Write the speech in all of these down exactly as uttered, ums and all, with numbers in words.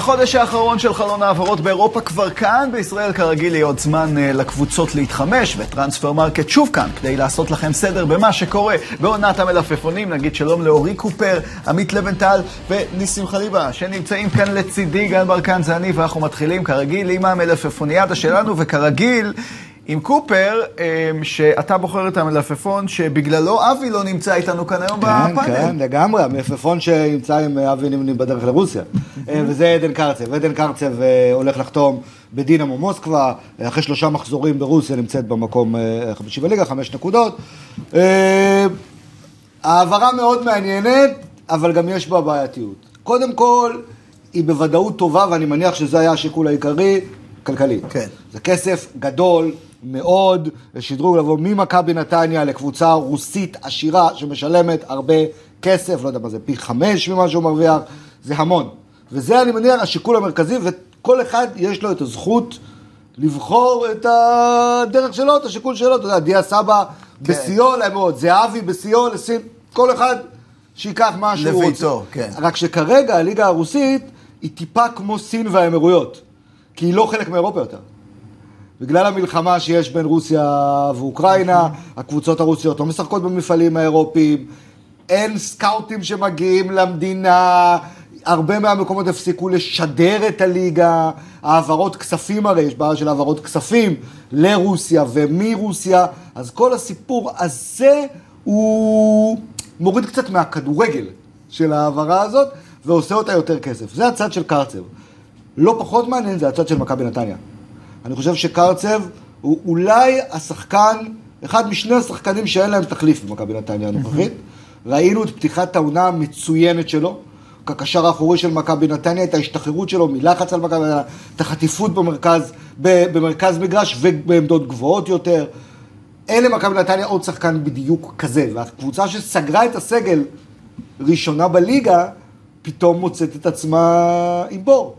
החודש האחרון של חלון העברות באירופה כבר כאן, בישראל כרגיל יהיה עוד זמן לקבוצות להתחמש, וטרנספר מרקט שוב כאן כדי לעשות לכם סדר במה שקורה בעונת המלפפונים. נגיד שלום לאורי קופר, עמית לבנטל וניסים חליבה שנמצאים כאן לצידי. גל ברקן זה אני, ואנחנו מתחילים כרגיל עם המלפפוניאדה שלנו, וכרגיל עם קופר, שאתה בוחר את המלפפון שבגללו אבי לא נמצא איתנו כאן היום בפאנל. כן, כן, לגמרי, המלפפון שנמצא עם אבי נמנים בדרך לרוסיה. וזה עדן קרצב. עדן קרצב הולך לחתום בדינמו מוסקבה, אחרי שלושה מחזורים ברוסיה נמצאת במקום חמישי בליגה, חמש נקודות. העברה מאוד מעניינת, אבל גם יש בה בעייתיות. קודם כל, היא בוודאות טובה, ואני מניח שזה היה השיקול העיקרי, כלכלי. כן. זה כסף גדול מאוד, שדרוג לבוא ממכבי נתניה לקבוצה רוסית עשירה שמשלמת הרבה כסף, לא יודע מה זה, פי חמש ממה שהוא מרוויח, זה המון. וזה אני מניח השיקול המרכזי, וכל אחד יש לו את הזכות לבחור את הדרך שלו, את השיקול שלו. אתה יודע, דיה סבא כן. בסיוע להם מאוד, זה אבי בסיוע לסין, כל אחד שיקח מה שהוא רוצה. כן. רק שכרגע הליגה הרוסית היא טיפה כמו סין והאמירויות. כי היא לא חלק מאירופה יותר. בגלל המלחמה שיש בין רוסיה ואוקראינה, הקבוצות הרוסיות לא משחקות במפעלים האירופיים, אין סקאוטים שמגיעים למדינה, הרבה מהמקומות הפסיקו לשדר את הליגה, העברות כספים הרי, יש בעיה של העברות כספים לרוסיה ומרוסיה, אז כל הסיפור הזה הוא מוריד קצת מהכדורגל של העברה הזאת, ועושה אותה יותר כסף. זה הצד של קרצב. לא פחות מעניין, זה הצד של מכבי נתניה. אני חושב שקרצב הוא אולי השחקן, אחד משני השחקנים שאין להם תחליף במכבי נתניה הנוכחית. ראינו את פתיחת העונה המצוינת שלו, כקשר האחורי של מכבי נתניה, את ההשתחררות שלו מלחץ על מכבי נתניה, את החטיפות במרכז, במרכז מגרש ובעמדות גבוהות יותר. אלה מכבי נתניה עוד שחקן בדיוק כזה, והקבוצה שסגרה את הסגל ראשונה בליגה, פתאום מוצאת את עצמה עם בור.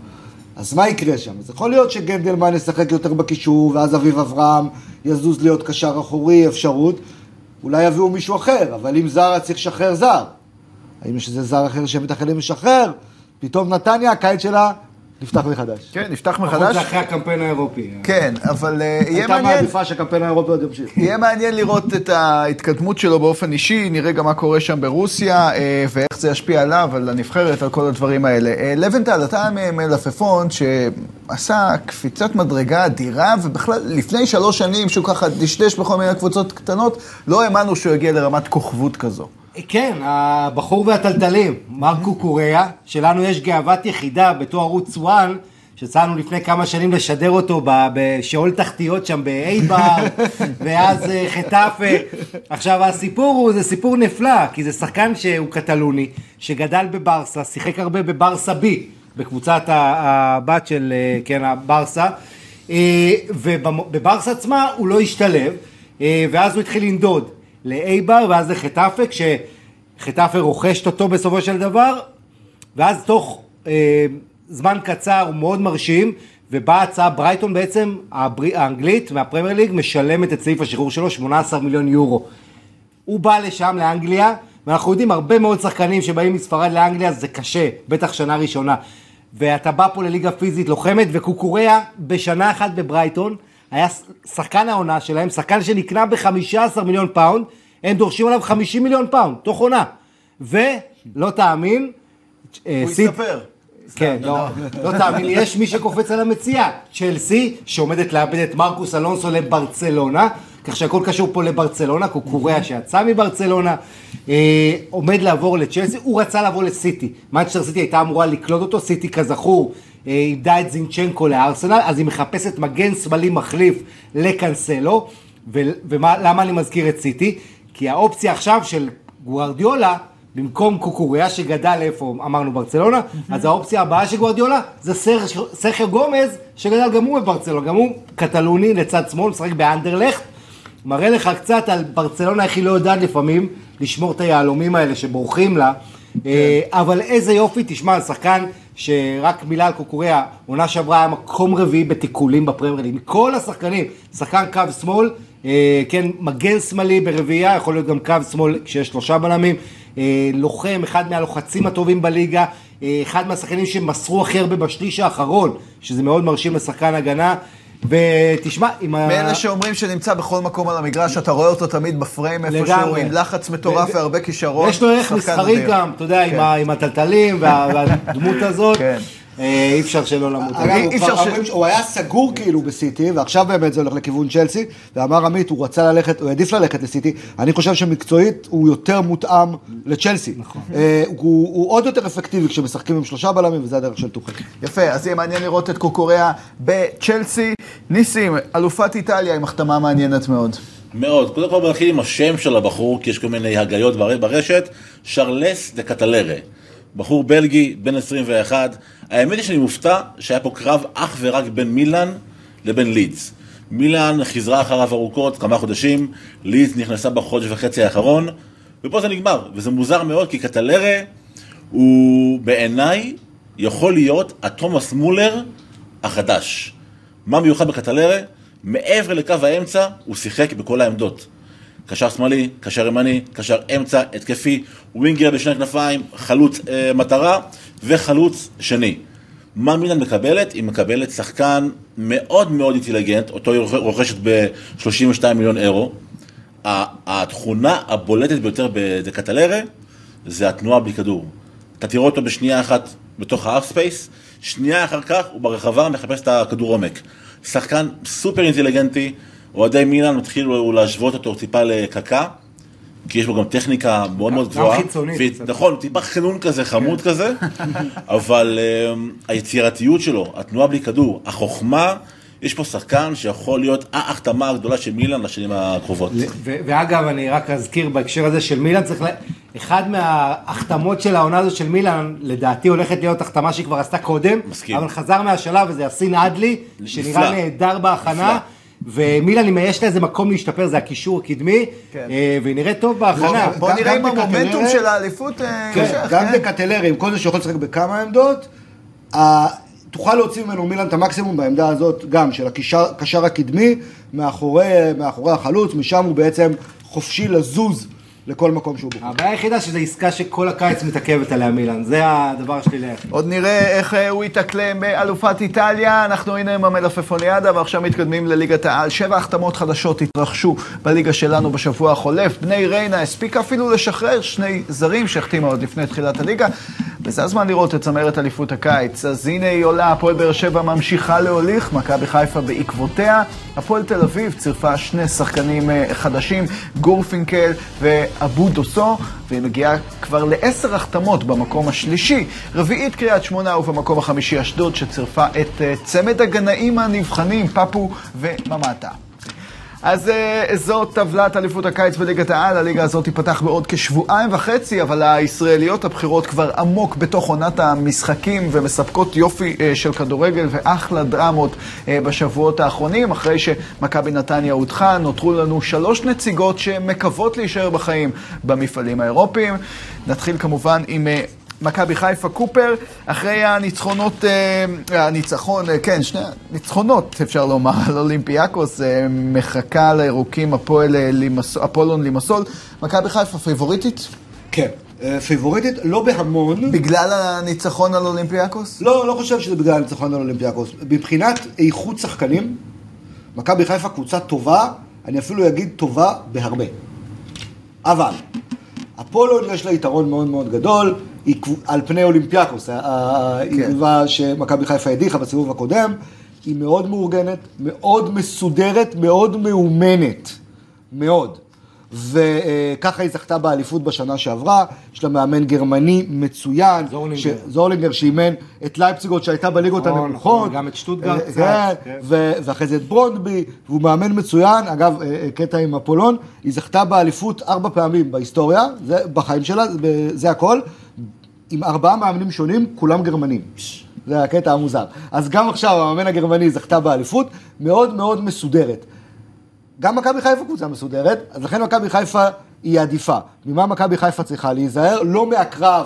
אז מה יקרה שם? אז יכול להיות שגנדלמן ישחק יותר בקישור, ואז אביב אברהם יזוז להיות קשר אחורי, אפשרות. אולי יביאו מישהו אחר, אבל אם זר צריך לשחרר זר. האם יש איזה זר אחר שמתחילים לשחרר? פתאום נתניה, הקיץ שלה, נפתח מחדש. כן, נפתח מחדש. פחות זה אחרי הקמפיין האירופי. כן, אבל יהיה מעניין. הייתה מעדיפה שהקמפיין האירופי עוד ימשיך. יהיה מעניין לראות את ההתקדמות שלו באופן אישי, נראה גם מה קורה שם ברוסיה, ואיך זה ישפיע עליו, על הנבחרת, על כל הדברים האלה. לבנטל, אתה מלפפון שעשה קפיצת מדרגה אדירה, ובכלל לפני שלוש שנים שהוא ככה דשדש בכל מיני קבוצות קטנות, לא האמנו שהוא יגיע לרמת כוכבות כזו. כן, הבחור והטלטלים, מרקו קוריאה, שלנו יש גאוות יחידה בתור ערוץ וואן, שצאנו לפני כמה שנים לשדר אותו בשאול תחתיות שם באייבר, ואז חטאפה. עכשיו הסיפור הוא, זה סיפור נפלא, כי זה שחקן שהוא קטלוני, שגדל בברסה, שיחק הרבה בברסה בי, בקבוצת הבת של, כן, הברסה, ובברסה עצמה הוא לא השתלב, ואז הוא התחיל לנדוד. לאייבר, ואז לחטאפה, כשחטאפה רוכשת אותו בסופו של דבר, ואז תוך אה, זמן קצר הוא מאוד מרשים, ובאה הצעה, ברייטון בעצם, האנגלית מהפרמייר ליג, משלמת את סעיף השחרור שלו, שמונה עשר מיליון יורו. הוא בא לשם, לאנגליה, ואנחנו יודעים, הרבה מאוד שחקנים שבאים מספרד לאנגליה, זה קשה, בטח שנה ראשונה. ואתה בא פה לליגה פיזית לוחמת, וקוקוריה בשנה אחת בברייטון, היה שחקן העונה שלהם, שחקן שנקנה ב-חמישה עשר מיליון פאונד, הם דורשים עליו חמישים מיליון פאונד, תוך עונה. ולא תאמין, הוא יספר. כן, לא, לא תאמין, יש מי שקופץ על המציאה, צ'לסי, שעומדת לאבד את מרקוס אלונסו לברצלונה, כך שהכל קשור פה לברצלונה, קוקוריה שיצא מברצלונה, אה, עומד לעבור לצ'לסי, הוא רצה לעבור לסיטי, מנצ'סטר סיטי הייתה אמורה לקלוט אותו, סיטי כזכור, איבדה את זינצ'נקו לארסנל, אז היא מחפשת מגן שמאלי מחליף לקנסלו, ולמה אני מזכיר את סיטי? כי האופציה עכשיו של גוארדיולה, במקום קוקוריה שגדל איפה, אמרנו ברצלונה, אז האופציה הבאה של גוארדיולה זה סרחיו גומז, שגדל גם הוא בברצלונה, גם הוא קטלוני לצד שמאל, משחק באנדרלכט, מראה לך קצת על ברצלונה, איך היא לא יודעת לפעמים לשמור את היהלומים האלה שבורחים לה, אבל איזה יופי, תשמע, שחקן שרק מילה על קוקוריה, עונה שעברה היה מקום רביעי בתיקולים בפרמייר ליג, מכל השחקנים, שחקן קו שמאל, כן, מגן שמאלי ברביעייה, יכול להיות גם קו שמאל כשיש שלושה בלמים, לוחם, אחד מהלוחצים הטובים בליגה, אחד מהשחקנים שמסרו הכי הרבה בשליש האחרון, שזה מאוד מרשים לשחקן הגנה, ותשמע, עם ה... מאלה שאומרים שנמצא בכל מקום על המגרש, אתה רואה אותו תמיד בפריים איפשהו, עם לחץ מטורף והרבה כישרון. יש לו ערך מסחרי גם, אתה יודע, עם הטלטלים והדמות הזאת. אי אפשר שלא למות. הוא היה סגור כאילו בסיטי, ועכשיו באמת זה הולך לכיוון צ'לסי, ואמר עמית, הוא רצה ללכת, הוא עדיף ללכת לסיטי. אני חושב שמקצועית הוא יותר מותאם לצ'לסי. הוא עוד יותר אפקטיבי כשמשחקים עם שלושה בלמים, וזה הדרך של טוחל. יפה, אז יהיה מעניין לראות את קוקוריאה בצ'לסי. ניסים, אלופת איטליה עם החתמה מעניינת מאוד. מאוד. קודם כל נתחיל עם השם של הבחור, כי יש כל מיני הגיות ברשת, שרלס דה קטלרה. בחור בלגי, בן עשרים ואחת. האמת היא שאני מופתע שהיה פה קרב אך ורק בין מילאן לבין לידס. מילאן חזרה אחריו ארוכות, כמה חודשים, לידס נכנסה בחודש וחצי האחרון, ופה זה נגמר. וזה מוזר מאוד, כי קטלרה הוא בעיניי יכול להיות התומאס מולר החדש. מה מיוחד בקטלרה? מעבר לקו האמצע, הוא שיחק בכל העמדות. קשר שמאלי, קשר ימני, קשר אמצע, התקפי, ווינגר בשני כנפיים, חלוץ אה, מטרה וחלוץ שני. מה מילאן מקבלת? היא מקבלת שחקן מאוד מאוד אינטליגנט, אותו היא רוכשת ב-שלושים ושניים מיליון אירו. התכונה הבולטת ביותר בקטלרה זה התנועה בלי כדור. אתה תראו אותו בשנייה אחת בתוך האף ספייס, שנייה אחר כך הוא ברחבה מחפש את הכדור עומק. שחקן סופר אינטליגנטי, אוהדי מילאן מתחילו להשוות אותו טיפה לקקה, כי יש בו גם טכניקה מאוד מאוד גבוהה. גם חיצונית. נכון, טיפה חנון כזה, חמוד כזה, אבל היצירתיות שלו, התנועה בלי כדור, החוכמה, יש פה שחקן שיכול להיות ההחתמה הגדולה של מילאן לשנים הקרובות. ואגב, אני רק אזכיר בהקשר הזה של מילאן, צריך לה... אחד מההחתמות של העונה הזאת של מילאן, לדעתי הולכת להיות החתמה שהיא כבר עשתה קודם, מסכים. אבל חזר מהשלב הזה, יסין אדלי, שנראה נהדר בהכנה, ומילאן, אם יש לה איזה מקום להשתפר, זה הקישור הקדמי, והיא נראית טוב בהכנה. בוא נראה אם המומנטום של האליפות... גם בקטלרי, עם כל זה שיכול לשחק בכמה עמדות, תוכל להוציא ממנו מילאן את המקסימום בעמדה הזאת, גם של הקשר הקדמי, מאחורי החלוץ, משם הוא בעצם חופשי לזוז לכל מקום שהוא בוחר. הבעיה היחידה שזו עסקה שכל הקיץ מתעכבת עליה מילאן, זה הדבר שלי להכי. עוד נראה איך הוא יתאקלם באלופת איטליה, אנחנו הנה עם המלפפוניאדה ועכשיו מתקדמים לליגת העל. שבע החתמות חדשות התרחשו בליגה שלנו בשבוע החולף. בני ריינה הספיקה אפילו לשחרר שני זרים שהחתימה עוד לפני תחילת הליגה, וזה הזמן לראות את צמרת אליפות הקיץ. אז הנה היא עולה, הפועל באר שבע ממשיכה להוליך, מכבי חיפה בעקבותיה, הפועל תל אביב צירפה שני שחקנים חדשים, גורפינקל ואבו דוסו, והיא מגיעה כבר לעשר החתמות במקום השלישי, רביעית קריית שמונה ובמקום החמישי אשדוד שצירפה את צמד הגנאים הנבחנים, פפו וממטה. אז זו טבלת אליפות הקיץ בליגת העל. הליגה הזאת תיפתח בעוד כשבועיים וחצי, אבל הישראליות הבחירות כבר עמוק בתוך עונת המשחקים ומספקות יופי של כדורגל ואחלה דרמות בשבועות האחרונים. אחרי שמכבי נתניה הודחה, נותרו לנו שלוש נציגות שמקוות להישאר בחיים במפעלים האירופיים. נתחיל כמובן עם מכבי חיפה קופר, אחרי הניצחונות, הניצחון, כן, שני ניצחונות אפשר לומר, על אולימפיאקוס, מחכה לירוקים אפולון לימסול. מכבי חיפה פייבוריטית? כן, פייבוריטית, לא בהמון. בגלל הניצחון על אולימפיאקוס? לא, לא חושב שזה בגלל הניצחון על אולימפיאקוס. מבחינת איכות שחקנים, מכבי חיפה קבוצה טובה, אני אפילו אגיד טובה בהרבה. אבל, אפולון יש לה יתרון מאוד מאוד גדול, על פני אולימפיאקוס, העיבה שמכבי חיפה הדיחה בסיבוב הקודם, היא מאוד מאורגנת, מאוד מסודרת, מאוד מאומנת, מאוד. וככה היא זכתה באליפות בשנה שעברה, יש לה מאמן גרמני מצוין, זורלינגר, זורלינגר שאימן את לייפציג שהייתה בליגות הנמוכות, גם את שטוטגרט, ואחרי זה את ברונדבי, והוא מאמן מצוין, אגב, קטע עם אפולון, היא זכתה באליפות ארבע פעמים בהיסטוריה, בחיים שלה, זה הכל, עם ארבעה מאמנים שונים, כולם גרמנים. זה הקטע המוזר. אז גם עכשיו המאמן הגרמני זכתה באליפות, מאוד מאוד מסודרת. גם מכבי חיפה קבוצה מסודרת, אז לכן מכבי חיפה היא עדיפה. ממה מכבי חיפה צריכה להיזהר? לא מהקרב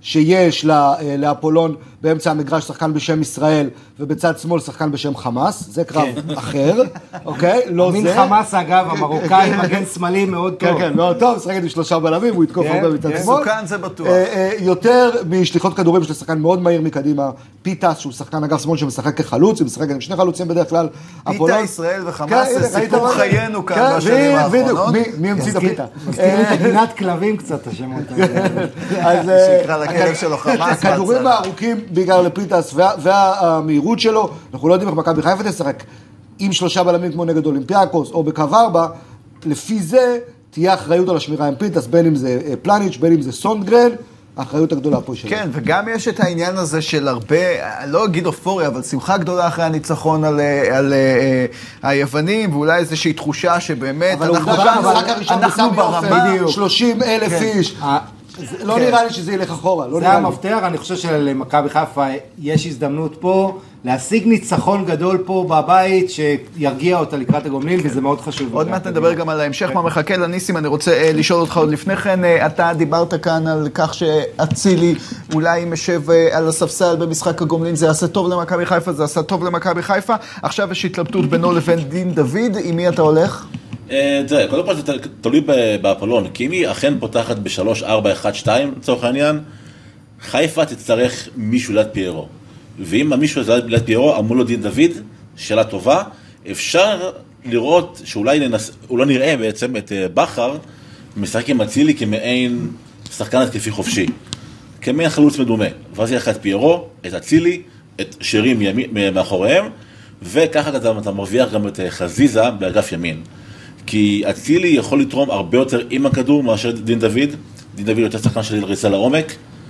שיש לה, לאפולון באמצע המגרש שחקן בשם ישראל, ובצד שמאל שחקן בשם חמאס, זה קרב אחר, אוקיי? לא זה. מין חמאס אגב, המרוקאי מגן שמאלי מאוד טוב. כן, כן, מאוד טוב, שחקת עם שלושה בלמים, הוא יתקוף הרבה מצד שמאל. מסוכן זה בטוח. יותר משליחות כדורים של שחקן מאוד מהיר מקדימה, פיטס, שהוא שחקן אגף שמאל שמשחק כחלוץ, הוא משחק עם שני חלוצים בדרך כלל. פיטה, ישראל וחמאס, זה סיפור חיינו כאן בשנים האחרונות. מי המציא את הפיטה? מזכיר את גינת כלבים קצת, השמות האלה. שיקרא לכלב שלו חמאס. הכדורים הארוכים בגלל לפיטס והמהירות שלו, אנחנו לא יודעים איך מכבי חיפה תשחק עם שלושה בלמים כמו נגד אולימפיאקוס או בקו ארבע, לפי זה תהיה אחריות על השמירה עם פיטס, בין אם זה פלניץ', בין אם זה סונדגרן, האחריות הגדולה פה שלנו. כן, וגם יש את העניין הזה של הרבה, לא אגיד אופוריה, אבל שמחה גדולה אחרי הניצחון על, על uh, היוונים, ואולי איזושהי תחושה שבאמת אנחנו אנחנו ברמה שלושים אלף איש. לא נראה לי שזה ילך אחורה. זה המפתח, אני חושב שלמכבי חיפה יש הזדמנות פה להשיג ניצחון גדול פה בבית שירגיע אותה לקראת הגומלין, וזה מאוד חשוב. עוד מעט נדבר גם על ההמשך, מה מחכה לניסים. אני רוצה לשאול אותך עוד לפני כן, אתה דיברת כאן על כך שאצילי אולי משב על הספסל במשחק הגומלין, זה יעשה טוב למכבי חיפה, זה יעשה טוב למכבי חיפה. עכשיו יש התלבטות בינו לבין דין דוד, עם מי אתה הולך? זה, קודם כל זה תלוי באפולון, כי אם היא אכן פותחת ב-שלוש ארבע אחת שתיים, לצורך העניין, חיפה תצטרך מישהו ליד פיירו. ואם המישהו הזה ליד פיירו, אמרו לו דין דוד, שאלה טובה, אפשר לראות שאולי ננס... לא נראה בעצם את בחר משחק עם אצילי כמעין שחקן התקפי חופשי. כמעין חלוץ מדומה. ואז יהיה לך את פיירו, את אצילי, את שרים מאחוריהם, וככה אתה מרוויח גם את חזיזה באגף ימין. כי אצילי יכול לתרום הרבה יותר עם הכדור מאשר דין דוד. דין דוד יותר שחקן של ריצה לעומק,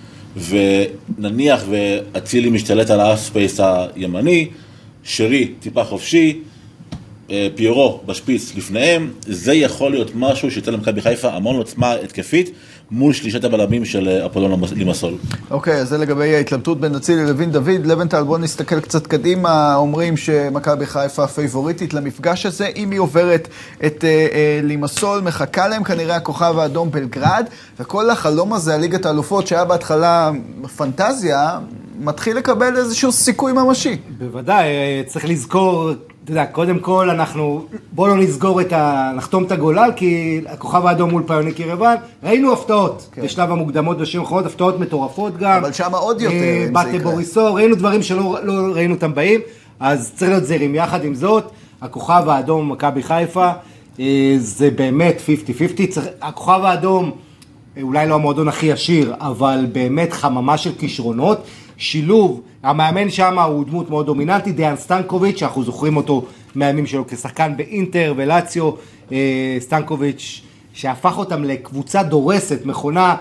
ונניח ואצילי משתלט על האספייס הימני, שרי טיפה חופשי, פיירו בשפיץ לפניהם, זה יכול להיות משהו שייתן למכבי חיפה המון עוצמה התקפית מול שלישת הבלמים של אפולון לימסול. אוקיי, אז זה לגבי ההתלבטות בין אצילי לבין דוד. לבנטל, בוא נסתכל קצת קדימה. אומרים שמכבי חיפה פייבוריטית למפגש הזה, אם היא עוברת את לימסול, מחכה להם כנראה הכוכב האדום בלגרד, וכל החלום הזה, הליגת האלופות שהיה בהתחלה פנטזיה, מתחיל לקבל איזשהו סיכוי ממשי. בוודאי, צריך לזכור, אתה יודע, קודם כל אנחנו, בוא לא נסגור את ה... נחתום את הגולל, כי הכוכב האדום מול פיוניק ירוון, ראינו הפתעות, כן. בשלב המוקדמות בשנים האחרונות, הפתעות מטורפות גם. אבל שם עוד יותר, אם זה יקרה. בוריסו, ראינו דברים שלא לא ראינו אותם באים, אז צריך להיות זהירים. יחד עם זאת, הכוכב האדום מכבי חיפה, זה באמת חמישים חמישים, צריך... הכוכב האדום, אולי לא המועדון הכי עשיר, אבל באמת חממה של כישרונות, שילוב, המאמן שם הוא דמות מאוד דומיננטית, דיאן סטנקוביץ', שאנחנו זוכרים אותו מהימים שלו כשחקן באינטר ולציו, סטנקוביץ' שהפך אותם לקבוצה דורסת, מכונה,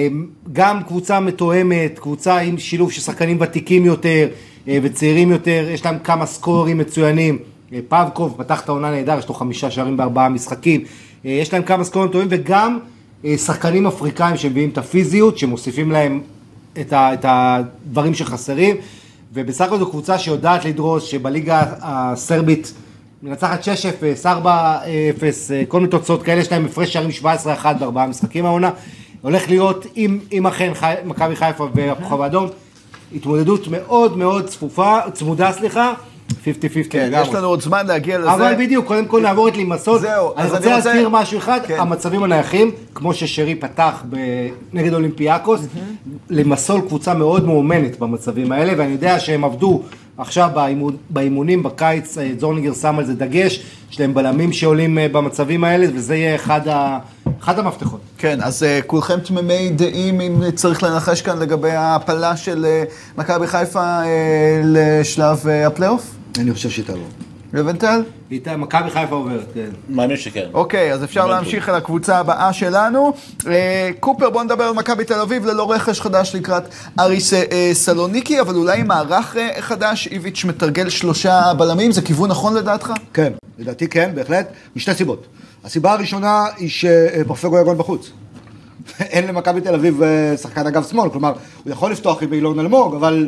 גם קבוצה מתואמת, קבוצה עם שילוב של שחקנים ותיקים יותר וצעירים יותר, יש להם כמה סקורים מצוינים, פאבקוב פתח את העונה נהדר, יש לו חמישה שערים בארבעה משחקים, יש להם כמה סקורים טובים וגם שחקנים אפריקאים שמביאים את הפיזיות, שמוסיפים להם את, ה, את הדברים שחסרים, ובסך הכל זו קבוצה שיודעת לדרוס, שבליגה הסרבית מנצחת שש אפס, ארבע אפס, כל מיני תוצאות כאלה, יש להם הפרש שערים שבע עשרה אחת בארבעה משחקים העונה, הולך להיות, אם, אם אכן חי, מכבי חיפה והכוכב האדום, התמודדות מאוד מאוד צפופה, צמודה סליחה, חמישים חמישים כן, יש לנו עוד זמן להגיע לזה. אבל בדיוק, קודם כל נעבור את לימסול. זהו, אני רוצה להזכיר משהו אחד, כן. המצבים הנייחים, כמו ששרי פתח נגד אולימפיאקוס, לימסול קבוצה מאוד מאומנת במצבים האלה, ואני יודע שהם עבדו עכשיו באימון, באימונים בקיץ, זורניגר שם על זה דגש, יש להם בלמים שעולים במצבים האלה, וזה יהיה אחד, ה, אחד המפתחות. כן, אז uh, כולכם תממי דעים אם צריך לנחש כאן לגבי ההפלה של uh, מכבי חיפה uh, לשלב uh, הפלייאוף? אני חושב שהיא תעבור. לבנטל? מכבי חיפה עוברת, כן. מאמין שכן. אוקיי, אז אפשר להמשיך על הקבוצה הבאה שלנו. קופר, בוא נדבר על מכבי תל אביב, ללא רכש חדש לקראת אריס סלוניקי, אבל אולי מערך חדש, איביץ' מתרגל שלושה בלמים, זה כיוון נכון לדעתך? כן, לדעתי כן, בהחלט, משתי סיבות. הסיבה הראשונה היא שפרפגו יגון בחוץ. אין למכבי תל אביב שחקן אגף שמאל, כלומר, הוא יכול לפתוח עם אילון אלמוג, אבל...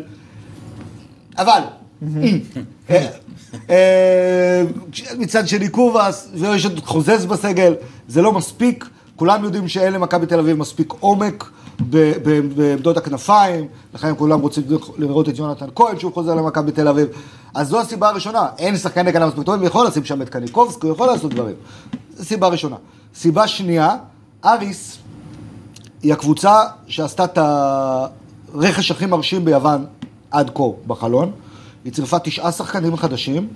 אבל... מצד שני קובס, ויש חוזז בסגל, זה לא מספיק, כולם יודעים שאין למכבי תל אביב מספיק עומק בעמדות הכנפיים, לכן כולם רוצים לראות את יונתן כהן שהוא חוזר למכבי תל אביב. אז זו הסיבה הראשונה, אין שחקן הגנה מספיק טובים, יכול לשים שם את קניקובסקי, הוא יכול לעשות דברים. זו סיבה ראשונה. סיבה שנייה, אריס היא הקבוצה שעשתה את הרכש הכי מרשים ביוון עד כה בחלון. היא צירפה תשעה שחקנים חדשים,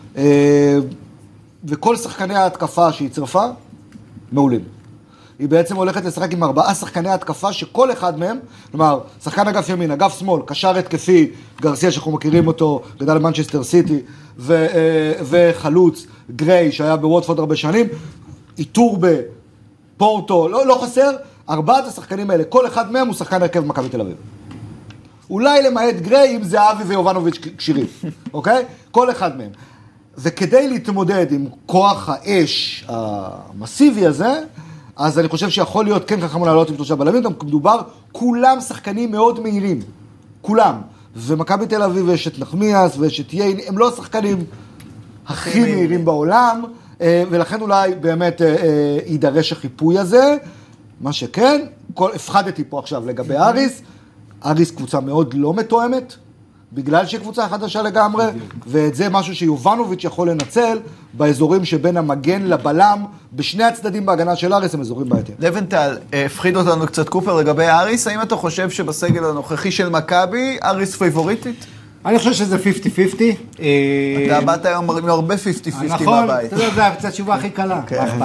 וכל שחקני ההתקפה שהיא צירפה, מעולים. היא בעצם הולכת לשחק עם ארבעה שחקני התקפה, שכל אחד מהם, כלומר, שחקן אגף ימין, אגף שמאל, קשר התקפי, גרסיה שאנחנו מכירים אותו, גדל למנצ'סטר סיטי, ו, וחלוץ, גריי, שהיה בווטפורד הרבה שנים, איתור בפורטו, לא, לא חסר, ארבעת השחקנים האלה, כל אחד מהם הוא שחקן הרכב מכבי תל אביב. אולי למעט גריי, אם זה אבי ויובנוביץ' כשירים, אוקיי? כל אחד מהם. וכדי להתמודד עם כוח האש המסיבי הזה, אז אני חושב שיכול להיות כן חכם לעלות עם שלושה בלמים, גם מדובר, כולם שחקנים מאוד מהירים, כולם. ומכבי תל אביב יש את נחמיאס ויש את יין, הם לא השחקנים הכי מהירים בעולם, ולכן אולי באמת יידרש החיפוי הזה. מה שכן, הפחדתי פה עכשיו לגבי אריס, אריס קבוצה מאוד לא מתואמת, בגלל שהיא קבוצה חדשה לגמרי, ואת זה משהו שיובנוביץ' יכול לנצל באזורים שבין המגן לבלם, בשני הצדדים בהגנה של אריס הם אזורים בעייתיים. לבנטל, הפחיד אותנו קצת קופר לגבי אריס, האם אתה חושב שבסגל הנוכחי של מכבי, אריס פייבוריטית? אני חושב שזה חמישים חמישים. אתה באת היום עם הרבה חמישים חמישים מהבית. נכון, אתה יודע, זה קצת תשובה הכי קלה.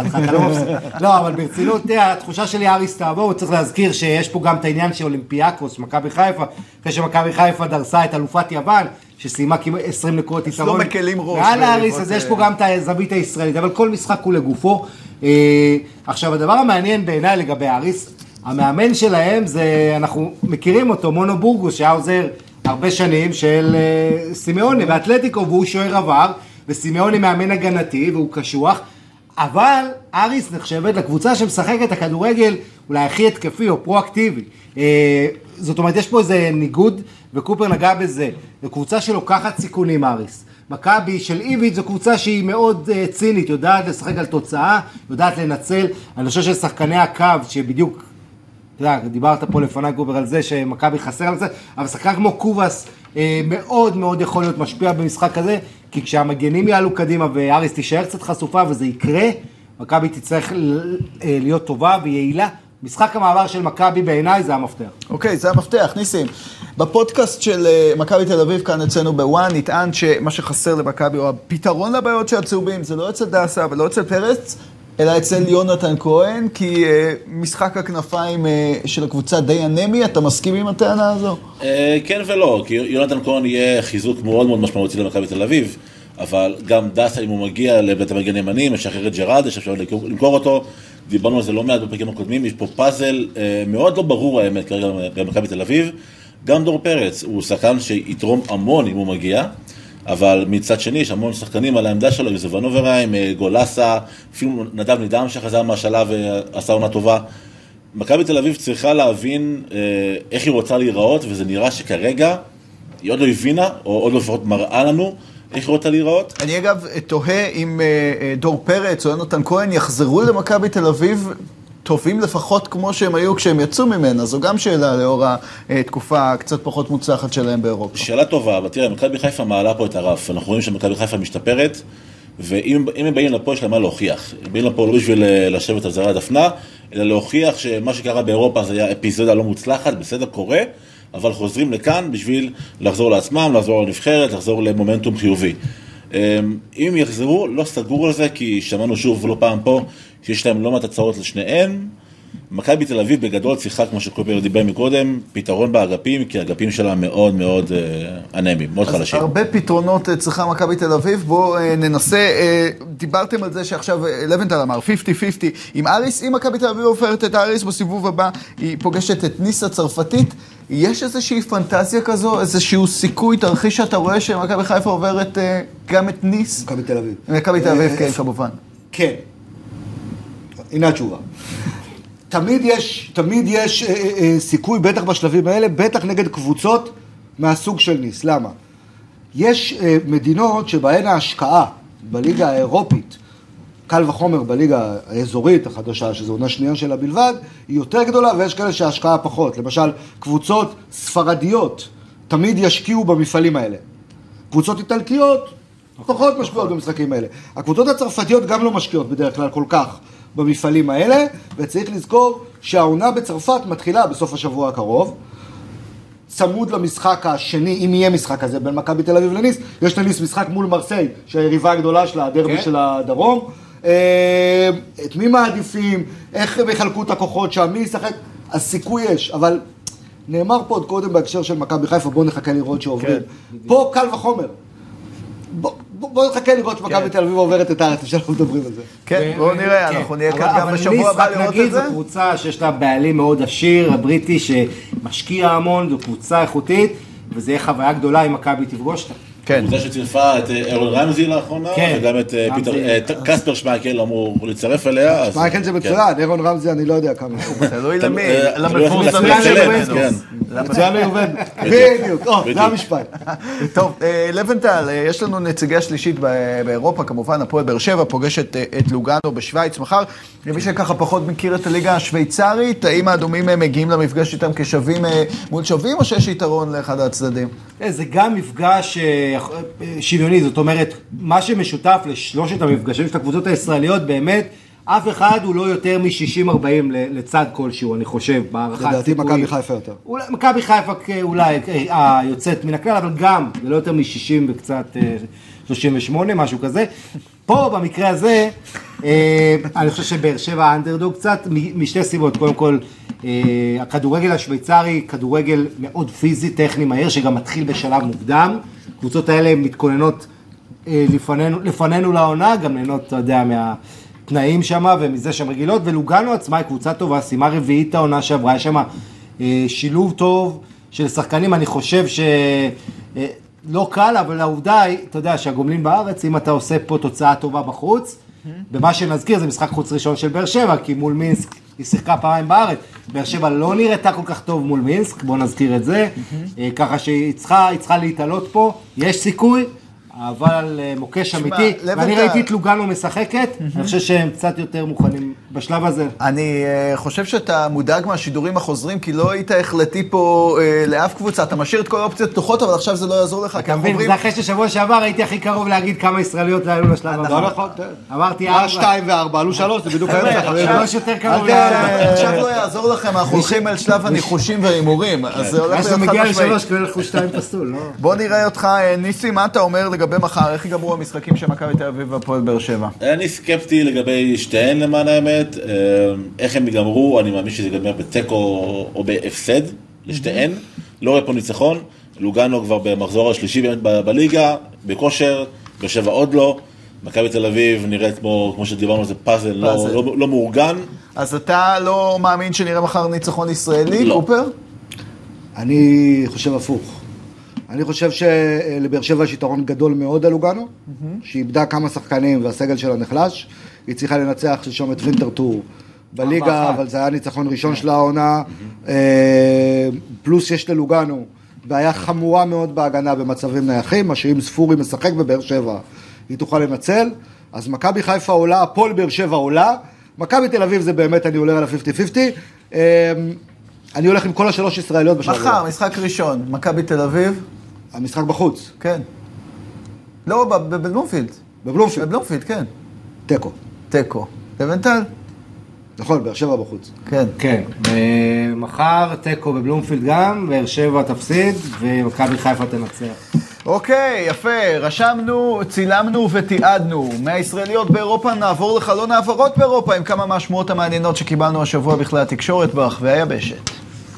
לא, אבל ברצינות, התחושה שלי אריס תעבור, הוא צריך להזכיר שיש פה גם את העניין של אולימפיאקוס, מכבי חיפה, אחרי שמכבי חיפה דרסה את אלופת יוון, שסיימה כמעט עשרים נקודות יתרון. לא מקלים ראש. ועל האריס, אז יש פה גם את הזווית הישראלית, אבל כל משחק הוא לגופו. עכשיו, הדבר המעניין בעיניי לגבי אריס, המאמן שלהם זה, אנחנו מכירים אותו, מונו בורגוס, שהיה עוזר הרבה שנים של סימאוני ואתלטיקו, והוא שוער עבר, וסימאוני מאמן הגנתי, והוא קשוח, אבל אריס נחשבת לקבוצה שמשחקת הכדורגל אולי הכי התקפי או פרואקטיבי. זאת אומרת, יש פה איזה ניגוד, וקופר נגע בזה. זו קבוצה שלוקחת סיכונים, אריס. מכבי של איביץ' זו קבוצה שהיא מאוד צינית, יודעת לשחק על תוצאה, יודעת לנצל. אני חושב ששחקני הקו, שבדיוק אתה יודע, דיברת פה לפני גובר על זה שמכבי חסר על זה, אבל שחקן כמו קובס אה, מאוד מאוד יכול להיות משפיע במשחק הזה, כי כשהמגנים יעלו קדימה ואריס תישאר קצת חשופה וזה יקרה, מכבי תצטרך אה, להיות טובה ויעילה. משחק המעבר של מכבי בעיניי זה המפתח. אוקיי, זה המפתח, ניסים. בפודקאסט של uh, מכבי תל אביב כאן אצלנו בוואן, נטען שמה שחסר למכבי, או הפתרון לבעיות של הצהובים, זה לא אצל דסה ולא אצל פרץ, אלא אצל יונתן כהן, כי uh, משחק הכנפיים uh, של הקבוצה די אנמי, אתה מסכים עם הטענה הזו? Uh, כן ולא, כי יונתן כהן יהיה חיזוק מאוד מאוד משמעותי למכבי תל אביב, אבל גם דסה, אם הוא מגיע לבית המגן ימני, משחרר את ג'רארד, אפשר למכור אותו, דיברנו על זה לא מעט בפרקים הקודמים, יש פה פאזל אה, מאוד לא ברור האמת כרגע במכבי תל אביב. גם דור פרץ הוא שחקן שיתרום המון אם הוא מגיע, אבל מצד שני יש המון שחקנים על העמדה שלו, יוזב ונוברהיים, גולסה, אפילו נדב נידם שחזר מהשלב ועשה עונה טובה. מכבי תל אביב צריכה להבין אה, איך היא רוצה להיראות, וזה נראה שכרגע היא עוד לא הבינה, או עוד לא לפחות מראה לנו, איך רוצה להיראות? אני אגב תוהה אם דור פרץ או יונתן כהן יחזרו למכבי תל אביב טובים לפחות כמו שהם היו כשהם יצאו ממנה. זו גם שאלה לאור התקופה קצת פחות מוצלחת שלהם באירופה. שאלה טובה, אבל תראה, מכבי חיפה מעלה פה את הרף. אנחנו רואים שמכבי חיפה משתפרת, ואם הם באים לפה יש להם מה להוכיח. הם באים לפה לא בשביל לשבת על זרי הדפנה, אלא להוכיח שמה שקרה באירופה זה היה אפיזודה לא מוצלחת, בסדר, קורה, אבל חוזרים לכאן בשביל לחזור לעצמם, לחזור לנבחרת, לחזור למומנטום חיובי. אם הם יחזרו, לא סגור על זה, כי שמענו שוב לא פעם פה, שיש להם לא מעט הצעות לשניהם. מכבי תל אביב בגדול צריכה, כמו שקופר דיבר מקודם, פתרון באגפים, כי האגפים שלה מאוד מאוד אנמיים, מאוד חלשים. הרבה פתרונות צריכה מכבי תל אביב, בואו ננסה, דיברתם על זה שעכשיו לבנטל אמר, חמישים חמישים, עם אריס, אם מכבי תל אביב עופרת את אריס בסיבוב הבא, היא פוגשת את ניס הצרפתית, יש איזושהי פנטזיה כזו, איזשהו סיכוי, תרחיש שאתה רואה שמכבי חיפה עוברת גם את ניס? מכבי תל אביב. מכבי תל אביב, כן, כמובן. כן. הנה התשובה. תמיד יש, תמיד יש אה, אה, סיכוי, בטח בשלבים האלה, בטח נגד קבוצות מהסוג של ניס. למה? יש אה, מדינות שבהן ההשקעה בליגה האירופית קל וחומר בליגה האזורית החדשה, שזו עונה שנייה שלה בלבד, היא יותר גדולה, ויש כאלה שההשקעה פחות. למשל, קבוצות ספרדיות תמיד ישקיעו במפעלים האלה. קבוצות איטלקיות פחות משקיעות במשחקים האלה. הקבוצות הצרפתיות גם לא משקיעות בדרך כלל כל כך במפעלים האלה, וצריך לזכור שהעונה בצרפת מתחילה בסוף השבוע הקרוב, צמוד למשחק השני, אם יהיה משחק כזה, בין מכבי תל אביב לניס, יש לניס משחק מול מרסיי, שהיריבה הגדולה שלה, הדרבי של הדרום. את מי מעדיפים, איך הם יחלקו את הכוחות שם, מי ישחק, אז סיכוי יש, אבל נאמר פה עוד קודם בהקשר של מכבי חיפה, בואו נחכה לראות שעוברים. פה קל וחומר. בואו נחכה לראות שמכבי תל אביב עוברת את הארץ, שאנחנו מדברים על זה. כן, בואו נראה, אנחנו נהיה כאן גם בשבוע הבא לראות את זה. זו קבוצה שיש לה בעלים מאוד עשיר, הבריטי שמשקיע המון, זו קבוצה איכותית, וזה יהיה חוויה גדולה אם מכבי תפגוש אותה. כן. קבוצה שצירפה את אירון רמזי לאחרונה, וגם את קספר שמייקל אמור להצטרף אליה. שמייקל זה מצוין, אירון רמזי אני לא יודע כמה. תלוי למי, למפורסם. מצוין ליובן. בדיוק, זה המשפט. טוב, לבנטל, יש לנו נציגה שלישית באירופה, כמובן, הפועל באר שבע, פוגשת את לוגאנו בשוויץ מחר. למי שככה פחות מכיר את הליגה השוויצרית, האם האדומים מגיעים למפגש איתם כשווים מול שווים, או שיש יתרון לאחד הצדדים? זה גם מפגש שוויוני, זאת אומרת, מה שמשותף לשלושת המפגשים של הקבוצות הישראליות, באמת, אף אחד הוא לא יותר מ-שישים ארבעים לצד כלשהו, אני חושב, בהערכת לדעתי מכבי חיפה יותר. מכבי חיפה אולי היוצאת מן הכלל, אבל גם, זה לא יותר מ-שישים וקצת שלושים ושמונה, משהו כזה. פה, במקרה הזה, אני חושב שבאר שבע האנדרדוג קצת, משתי סיבות, קודם כל, הכדורגל השוויצרי, כדורגל מאוד פיזי, טכני, מהיר, שגם מתחיל בשלב מוקדם. הקבוצות האלה מתכוננות לפנינו, לפנינו לעונה, גם נהנות, אתה יודע, מהתנאים שם ומזה שהן רגילות, ולוגאנו עצמה היא קבוצה טובה, שימה רביעית העונה שעברה, יש שם שילוב טוב של שחקנים, אני חושב שלא קל, אבל העובדה היא, אתה יודע, שהגומלין בארץ, אם אתה עושה פה תוצאה טובה בחוץ, במה שנזכיר זה משחק חוץ ראשון של באר שבע, כי מול מינסק היא שיחקה פעמיים בארץ, באר שבע לא נראתה כל כך טוב מול מינסק, בואו נזכיר את זה, ככה שהיא צריכה, היא צריכה להתעלות פה, יש סיכוי, אבל מוקש אמיתי, ואני ראיתי את לוגאנו משחקת, אני חושב שהם קצת יותר מוכנים בשלב הזה. אני חושב שאתה מודאג מהשידורים החוזרים, כי לא היית החלטי פה לאף קבוצה, אתה משאיר את כל האופציות פתוחות, אבל עכשיו זה לא יעזור לך. אתה מבין, זה אחרי ששבוע שעבר הייתי הכי קרוב להגיד כמה ישראליות עלו לשלב הבא. לא נכון, אמרתי ארבע. שתיים וארבע, עלו שלוש, זה בדיוק האמצע. שלוש יותר קרוב. עכשיו לא יעזור לכם, אנחנו הולכים אל שלב הניחושים וההימורים, אז זה הולך להיות חד משמעי. בוא נראה אותך, ניסי, מה אתה אומר לגבי מחר? איך ייגמרו המשחקים של מכבי תל אביב והפועל באר שבע? אני סקפטי לגבי שתיהן למען האמת. איך הם ייגמרו? אני מאמין שזה ייגמר בטקו או בהפסד לשתיהן. לא רואה פה ניצחון. לוגאנו כבר במחזור השלישי באמת בליגה, בכושר, באר שבע עוד לא. מכבי תל אביב נראית כמו, כמו שדיברנו, זה פאזל לא, לא, לא מאורגן. אז אתה לא מאמין שנראה מחר ניצחון ישראלי, קופר? אני חושב הפוך. אני חושב שלבאר שבע יש יתרון גדול מאוד על לוגאנו, שאיבדה כמה שחקנים והסגל שלה נחלש. היא צריכה לנצח שלשום את וינטרטור בליגה, אבל זה היה ניצחון ראשון של העונה. פלוס יש ללוגאנו בעיה חמורה מאוד בהגנה במצבים נייחים, מה שאם ספורי משחק בבאר שבע, היא תוכל לנצל. אז מכבי חיפה עולה, הפועל באר שבע עולה. מכבי תל אביב זה באמת, אני עולה על ה-חמישים חמישים. אני הולך עם כל השלוש ישראליות בשלב. מחר, משחק ראשון, מכבי תל אביב. המשחק בחוץ. כן. לא, בבלומפילד. בבלומפילד. בבלומפילד, כן. תיקו. תיקו. לבנטל? נכון, באר שבע בחוץ. כן. כן. מחר תיקו בבלומפילד גם, באר שבע תפסיד, ומכבי חיפה תנצח. אוקיי, יפה. רשמנו, צילמנו ותיעדנו. מהישראליות באירופה נעבור לחלון העברות באירופה, עם כמה מהשמועות המעניינות שקיבלנו השבוע בכלי התקשורת ברחבי היבשת.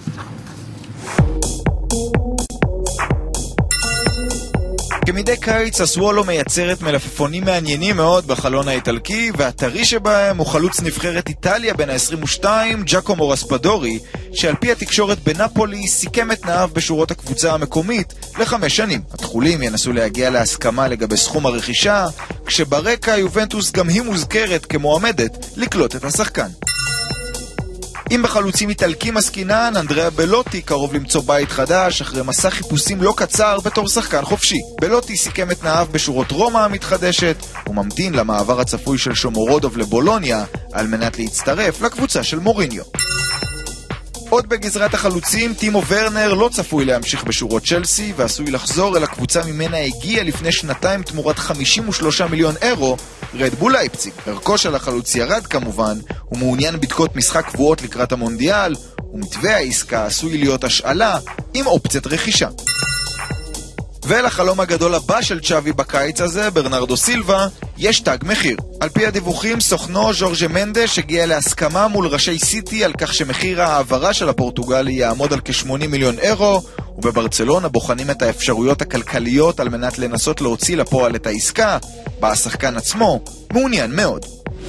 כמדי קיץ, הסוולו מייצרת מלפפונים מעניינים מאוד בחלון האיטלקי, והטרי שבהם הוא חלוץ נבחרת איטליה בין ה-עשרים ושתיים, ג'קומו רספדורי, שעל פי התקשורת בנפולי סיכם את תנאיו בשורות הקבוצה המקומית לחמש שנים. התחולים ינסו להגיע להסכמה לגבי סכום הרכישה, כשברקע יובנטוס גם היא מוזכרת כמועמדת לקלוט את השחקן. אם בחלוצים איטלקים עסקינן, אנדריאה בלוטי קרוב למצוא בית חדש אחרי מסע חיפושים לא קצר בתור שחקן חופשי. בלוטי סיכם את תנאיו בשורות רומא המתחדשת וממתין למעבר הצפוי של שומורודוב לבולוניה על מנת להצטרף לקבוצה של מוריניו. עוד בגזרת החלוצים, טימו ורנר לא צפוי להמשיך בשורות צ'לסי ועשוי לחזור אל הקבוצה ממנה הגיע לפני שנתיים תמורת חמישים ושלושה מיליון אירו, רדבול לייפציג. ערכו של החלוץ ירד כמובן, הוא מעוניין בדקות משחק קבועות לקראת המונדיאל, ומתווה העסקה עשוי להיות השאלה עם אופציית רכישה. ולחלום הגדול הבא של צ'אבי בקיץ הזה, ברנרדו סילבה, יש תג מחיר. על פי הדיווחים, סוכנו ז'ורג'ה מנדש הגיע להסכמה מול ראשי סיטי על כך שמחיר העברה של הפורטוגלי יעמוד על כ-שמונים מיליון אירו, ובברצלונה בוחנים את האפשרויות הכלכליות על מנת לנסות להוציא לפועל את העסקה, בה השחקן עצמו מעוניין מאוד.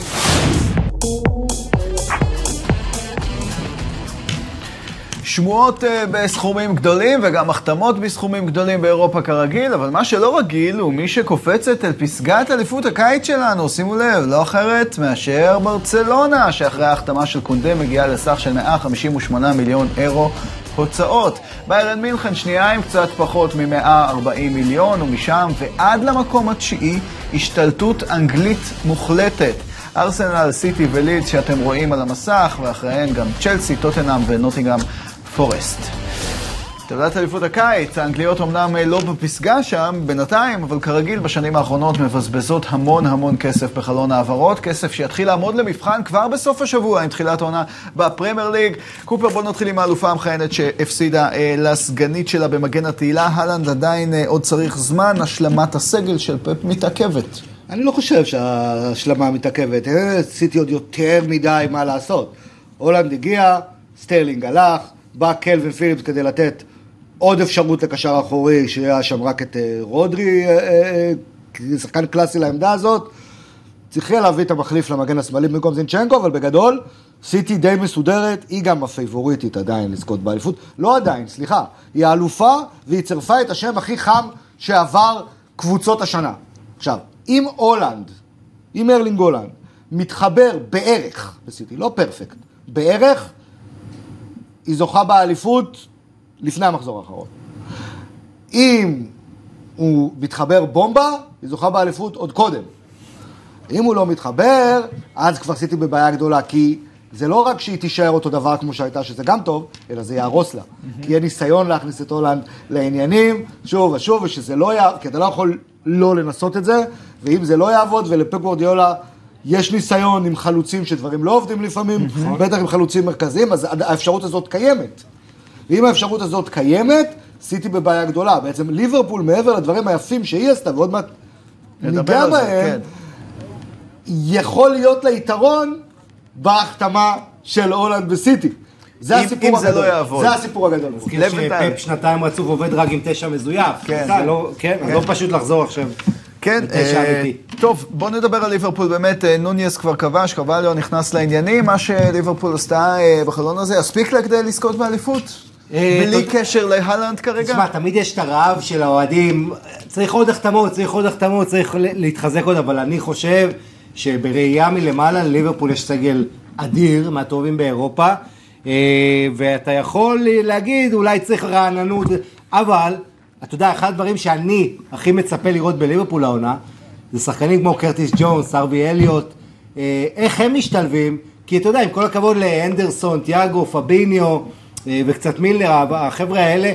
שמועות בסכומים גדולים וגם החתמות בסכומים גדולים באירופה כרגיל, אבל מה שלא רגיל הוא מי שקופצת אל פסגת אליפות הקיץ שלנו, שימו לב, לא אחרת מאשר ברצלונה, שאחרי ההחתמה של קונדה מגיעה לסך של מאה חמישים ושמונה מיליון אירו הוצאות. ביירן מינכן שנייה עם קצת פחות מ-מאה וארבעים מיליון, ומשם ועד למקום התשיעי השתלטות אנגלית מוחלטת. ארסנל, סיטי ולידס שאתם רואים על המסך, ואחריהן גם צ'לסי, טוטנהאם ונוטינגהאם פורסט. טבלת אליפות הקיץ, האנגליות אמנם לא בפסגה שם בינתיים, אבל כרגיל בשנים האחרונות מבזבזות המון המון כסף בחלון העברות, כסף שיתחיל לעמוד למבחן כבר בסוף השבוע עם תחילת העונה בפרמייר ליג. קופר, בוא נתחיל עם האלופה המכהנת שהפסידה אה, לסגנית שלה במגן התהילה. הלנד עדיין אה, עוד צריך זמן, השלמת הסגל של פפ מתעכבת. אני לא חושב שההשלמה מתעכבת, עשיתי עוד יותר מדי מה לעשות. הולנד הגיע, סטרלינג הלך, בא קלווין פיליפס כדי לתת עוד אפשרות לקשר האחורי, שהיה שם רק את רודרי, שחקן קלאסי לעמדה הזאת. צריכה להביא את המחליף למגן השמאלי במקום זינצ'נקו, אבל בגדול, סיטי די מסודרת, היא גם הפייבוריטית עדיין לזכות באליפות. לא עדיין, סליחה, היא האלופה, והיא צירפה את השם הכי חם שעבר קבוצות השנה. עכשיו, אם הולנד, אם ארלינג הולנד, מתחבר בערך, בסיטי, לא פרפקט, בערך, היא זוכה באליפות לפני המחזור האחרון. אם הוא מתחבר בומבה, היא זוכה באליפות עוד קודם. אם הוא לא מתחבר, אז כבר סיטי בבעיה גדולה, כי זה לא רק שהיא תישאר אותו דבר כמו שהייתה, שזה גם טוב, אלא זה יהרוס לה. Mm-hmm. כי יהיה ניסיון להכניס את הולנד לעניינים, שוב ושוב, ושזה לא יעבוד, כי אתה לא יכול לא לנסות את זה, ואם זה לא יעבוד, ולפפ גוארדיולה יש ניסיון עם חלוצים שדברים לא עובדים לפעמים, mm-hmm. בטח עם חלוצים מרכזיים, אז האפשרות הזאת קיימת. ואם האפשרות הזאת קיימת, סיטי בבעיה גדולה. בעצם ליברפול, מעבר לדברים היפים שהיא עשתה, ועוד מעט ניגע בהם, כן. יכול להיות לה יתרון בהחתמה של הולנד וסיטי. זה אם, הסיפור אם הגדול. זה לא יעבוד. זה הסיפור הגדול. נזכיר שפפ שנתיים רצוף עובד רק עם תשע מזויף. כן. זה לא, כן, כן. לא פשוט לחזור עכשיו. כן, אה, טוב, בוא נדבר על ליברפול. באמת, נוניס כבר כבש, קבליו נכנס לעניינים. מה שליברפול עשתה אה, בחלון הזה, הספיק לה כדי לזכות באליפות? אה, בלי תוד... קשר להלנד כרגע? תשמע, תמיד יש את הרעב של האוהדים. צריך עוד החתמות, צריך עוד החתמות, צריך להתחזק עוד, אבל אני חושב שבראייה מלמעלה לליברפול יש סגל אדיר מהטובים באירופה, ואתה יכול להגיד אולי צריך רעננות, אבל אתה יודע, אחד הדברים שאני הכי מצפה לראות בליברפול העונה, זה שחקנים כמו קרטיס ג'ונס, ארווי אליוט, איך הם משתלבים, כי אתה יודע, עם כל הכבוד לאנדרסון, תיאגו, פביניו וקצת מילר, החבר'ה האלה,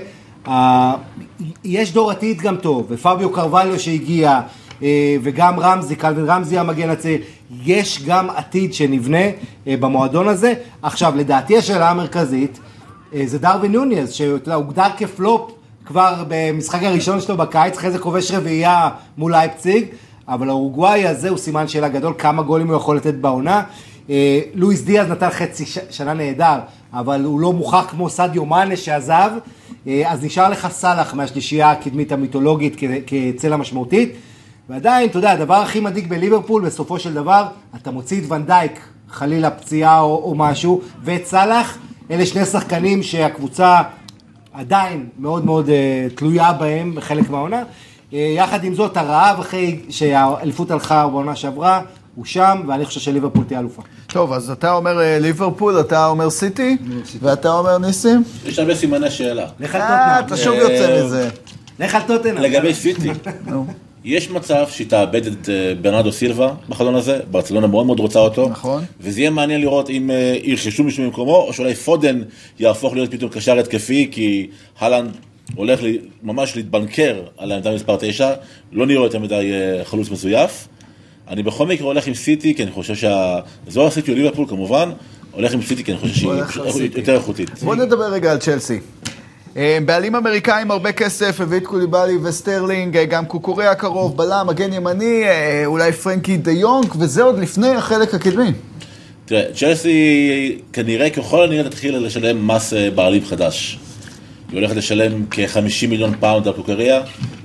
יש דור עתיד גם טוב, ופביו קרווליו שהגיע, וגם רמזי, קלווין רמזי המגן הצעיר, יש גם עתיד שנבנה במועדון הזה. עכשיו, לדעתי השאלה המרכזית, זה דרווין נוניז, שהוגדר כפלופ כבר במשחק הראשון שלו בקיץ, אחרי זה כובש רביעייה מול לייפציג, אבל האורוגוואי הזה הוא סימן שאלה גדול, כמה גולים הוא יכול לתת בעונה. לואיס דיאז נתן חצי שנה נהדר, אבל הוא לא מוכח כמו סדיו מאנה שעזב, אז נשאר לך סלח מהשלישייה הקדמית המיתולוגית כצלע משמעותית, ועדיין, אתה יודע, הדבר הכי מדאיג בליברפול, בסופו של דבר, אתה מוציא את ונדייק, חלילה פציעה או, או משהו, ואת סלח, אלה שני שחקנים שהקבוצה עדיין מאוד מאוד uh, תלויה בהם בחלק מהעונה. Uh, יחד עם זאת, הרעב אחרי שהאליפות הלכה בעונה שעברה, הוא שם, ואני חושב שליברפול תהיה אלופה. טוב, אז אתה אומר ליברפול, אתה אומר סיטי, ואתה אומר ניסים? יש הרבה סימני שאלה. לך על אה, טוטנאם. אתה שוב יוצא מזה. לך על טוטנאם. לגבי סיטי, יש מצב שהיא תאבד את ברנרדו סילבה בחלון הזה, ברצלונה מאוד מאוד רוצה אותו. נכון. וזה יהיה מעניין לראות אם ירכשו מישהו במקומו, או שאולי פודן יהפוך להיות פתאום קשר התקפי, כי הלנד הולך ממש להתבנקר על העמדה מספר תשע, לא נראה יותר מדי חלוץ מזויף. אני בכל מקרה הולך עם סיטי, כי אני חושב שהזוהר סיטי או ליברפול כמובן, הולך עם סיטי, כי אני חושב שהיא יותר איכותית. בוא נדבר רגע על צ'לסי. בעלים אמריקאים הרבה כסף, הביא את קוליבאלי וסטרלינג, גם קוקורי הקרוב, בלם, מגן ימני, אולי פרנקי דה יונג, וזה עוד לפני החלק הקדמי. תראה, צ'לסי כנראה ככל הנראה תתחיל לשלם מס בעלים חדש. היא הולכת לשלם כ-חמישים מיליון פאונד על קוקריה.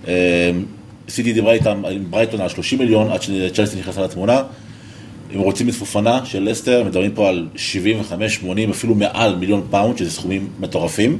סיטי דיברה איתם עם ברייטון על שלושים מיליון עד שצ'לסי נכנסה לתמונה. הם רוצים מצפופנה של לסטר, מדברים פה על שבעים וחמש שמונים, אפילו מעל מיליון פאונד, שזה סכומים מטורפים.